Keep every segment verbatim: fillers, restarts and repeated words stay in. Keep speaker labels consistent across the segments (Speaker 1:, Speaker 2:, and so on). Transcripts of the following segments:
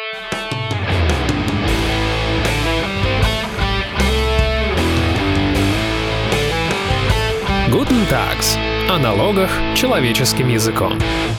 Speaker 1: Guten Tags. О налогах человеческим языком.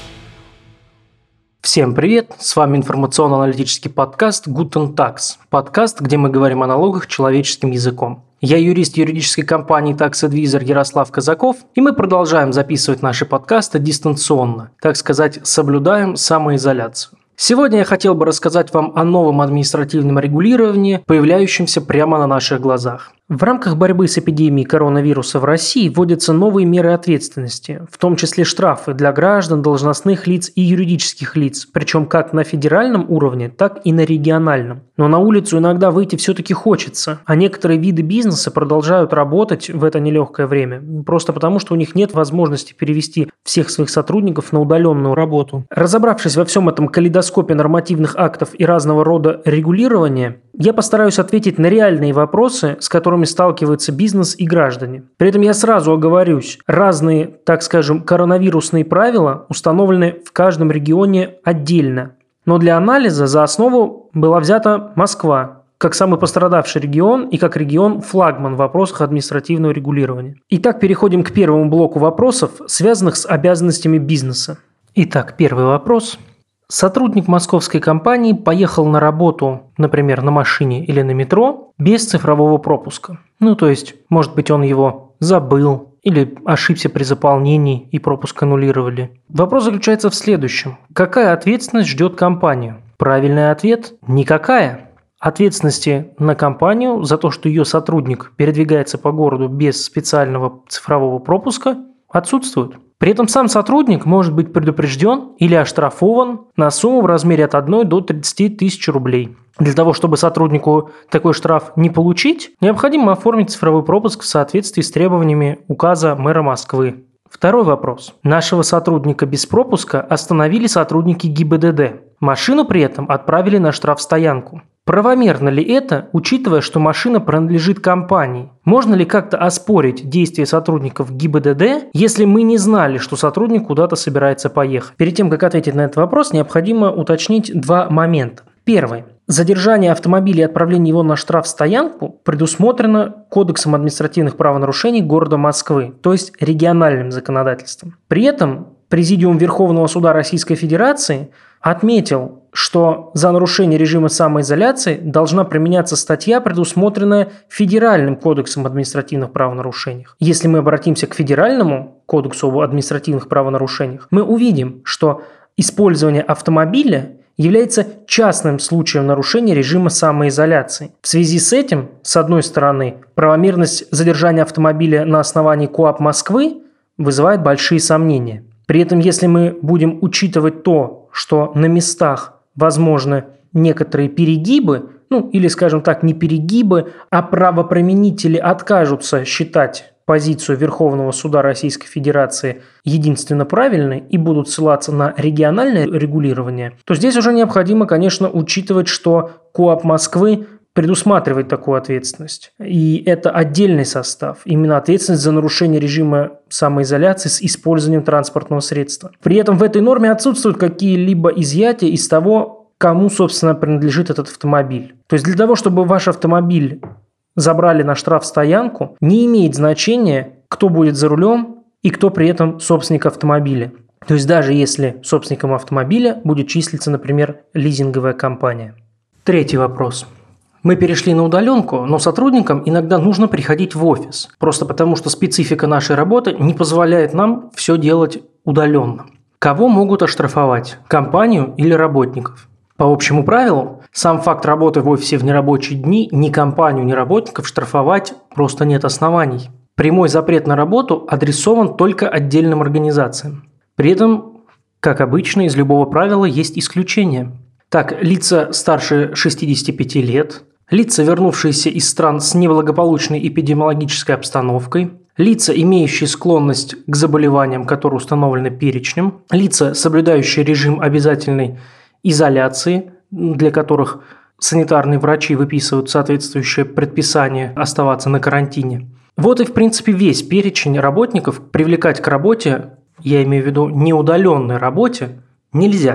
Speaker 2: Всем привет! С вами информационно-аналитический подкаст Guten Tags. Подкаст, где мы говорим о налогах человеческим языком. Я юрист юридической компании Tax Advisor Ярослав Казаков, и мы продолжаем записывать наши подкасты дистанционно, так сказать, соблюдаем самоизоляцию. Сегодня я хотел бы рассказать вам о новом административном регулировании, появляющемся прямо на наших глазах. В рамках борьбы с эпидемией коронавируса в России вводятся новые меры ответственности, в том числе штрафы для граждан, должностных лиц и юридических лиц, причем как на федеральном уровне, так и на региональном. Но на улицу иногда выйти все-таки хочется, а некоторые виды бизнеса продолжают работать в это нелегкое время, просто потому что у них нет возможности перевести всех своих сотрудников на удаленную работу. Разобравшись во всем этом калейдоскопе нормативных актов и разного рода регулирования, я постараюсь ответить на реальные вопросы, с которыми сталкиваются бизнес и граждане. При этом я сразу оговорюсь, разные, так скажем, коронавирусные правила установлены в каждом регионе отдельно. Но для анализа за основу была взята Москва, как самый пострадавший регион и как регион-флагман в вопросах административного регулирования. Итак, переходим к первому блоку вопросов, связанных с обязанностями бизнеса. Итак, первый вопрос. Сотрудник московской компании поехал на работу, например, на машине или на метро, без цифрового пропуска. Ну, то есть, может быть, он его забыл или ошибся при заполнении и пропуск аннулировали. Вопрос заключается в следующем. Какая ответственность ждет компанию? Правильный ответ – никакая. Ответственности на компанию за то, что ее сотрудник передвигается по городу без специального цифрового пропуска, отсутствует. При этом сам сотрудник может быть предупрежден или оштрафован на сумму в размере от одной до тридцати тысяч рублей. Для того, чтобы сотруднику такой штраф не получить, необходимо оформить цифровой пропуск в соответствии с требованиями указа мэра Москвы. Второй вопрос. Нашего сотрудника без пропуска остановили сотрудники ГИБДД. Машину при этом отправили на штрафстоянку. Правомерно ли это, учитывая, что машина принадлежит компании? Можно ли как-то оспорить действия сотрудников ГИБДД, если мы не знали, что сотрудник куда-то собирается поехать? Перед тем, как ответить на этот вопрос, необходимо уточнить два момента. Первый. Задержание автомобиля и отправление его на штрафстоянку предусмотрено Кодексом административных правонарушений города Москвы, то есть региональным законодательством. При этом Президиум Верховного суда Российской Федерации отметил, что за нарушение режима самоизоляции должна применяться статья, предусмотренная Федеральным кодексом административных правонарушений. Если мы обратимся к Федеральному кодексу об административных правонарушениях, мы увидим, что использование автомобиля является частным случаем нарушения режима самоизоляции. В связи с этим, с одной стороны, правомерность задержания автомобиля на основании КоАП Москвы вызывает большие сомнения. При этом, если мы будем учитывать то, что на местах возможны некоторые перегибы, ну или, скажем так, не перегибы, а правоприменители откажутся считать позицию Верховного суда Российской Федерации единственно правильной и будут ссылаться на региональное регулирование, то здесь уже необходимо, конечно, учитывать, что КоАП Москвы предусматривает такую ответственность. И это отдельный состав, именно ответственность за нарушение режима самоизоляции с использованием транспортного средства. При этом в этой норме отсутствуют какие-либо изъятия из того, кому, собственно, принадлежит этот автомобиль. То есть для того, чтобы ваш автомобиль забрали на штрафстоянку, не имеет значения, кто будет за рулем и кто при этом собственник автомобиля. То есть даже если собственником автомобиля будет числиться, например, лизинговая компания. Третий вопрос. Мы перешли на удаленку, но сотрудникам иногда нужно приходить в офис, просто потому что специфика нашей работы не позволяет нам все делать удаленно. Кого могут оштрафовать? Компанию или работников? По общему правилу, сам факт работы в офисе в нерабочие дни ни компанию, ни работников штрафовать просто нет оснований. Прямой запрет на работу адресован только отдельным организациям. При этом, как обычно, из любого правила есть исключения. Так, лица старше шестидесяти пяти лет, лица, вернувшиеся из стран с неблагополучной эпидемиологической обстановкой, лица, имеющие склонность к заболеваниям, которые установлены перечнем, лица, соблюдающие режим обязательной изоляции, для которых санитарные врачи выписывают соответствующее предписание оставаться на карантине. Вот и, в принципе, весь перечень работников. Привлекать к работе, я имею в виду неудаленной работе, нельзя.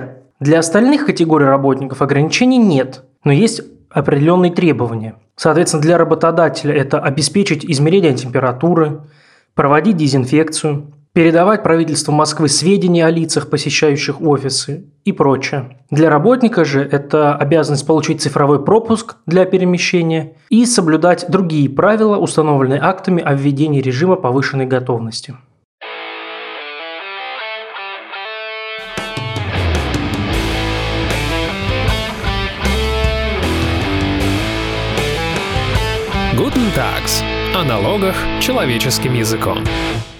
Speaker 2: Для остальных категорий работников ограничений нет, но есть определенные требования. Соответственно, для работодателя это обеспечить измерение температуры, проводить дезинфекцию, передавать правительству Москвы сведения о лицах, посещающих офисы и прочее. Для работника же это обязанность получить цифровой пропуск для перемещения и соблюдать другие правила, установленные актами о введении режима повышенной готовности.
Speaker 1: Guten Tags. О налогах человеческим языком.